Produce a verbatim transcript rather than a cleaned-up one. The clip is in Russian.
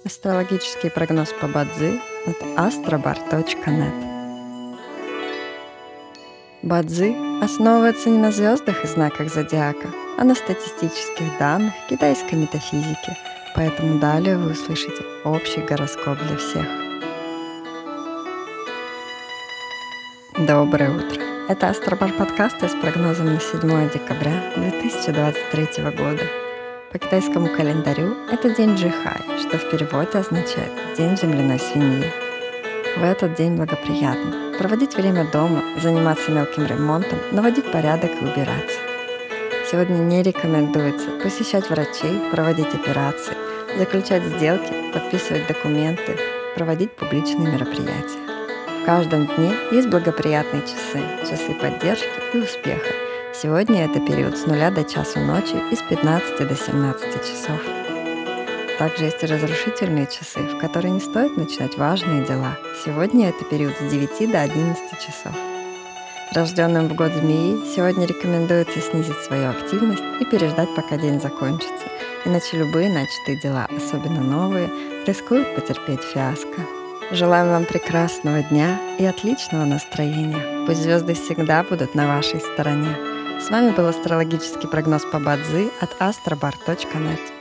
Астрологический прогноз по Бадзи от astrobar точка нет. Бадзи основывается не на звездах и знаках зодиака, а на статистических данных китайской метафизики, поэтому далее вы услышите общий гороскоп для всех. Доброе утро! Это Астробар подкасты с прогнозом на седьмое декабря две тысячи двадцать третьего года. По китайскому календарю это день Джихай, что в переводе означает «день земляной свиньи». В этот день благоприятно проводить время дома, заниматься мелким ремонтом, наводить порядок и убираться. Сегодня не рекомендуется посещать врачей, проводить операции, заключать сделки, подписывать документы, проводить публичные мероприятия. В каждом дне есть благоприятные часы, часы поддержки и успеха. Сегодня это период с нуля до часу ночи и с пятнадцати до семнадцати часов. Также есть и разрушительные часы, в которые не стоит начинать важные дела. Сегодня это период с девяти до одиннадцати часов. Рожденным в год змеи сегодня рекомендуется снизить свою активность и переждать, пока день закончится, иначе любые начатые дела, особенно новые, рискуют потерпеть фиаско. Желаем вам прекрасного дня и отличного настроения. Пусть звезды всегда будут на вашей стороне. С вами был астрологический прогноз по Бадзи от astrobar точка нет.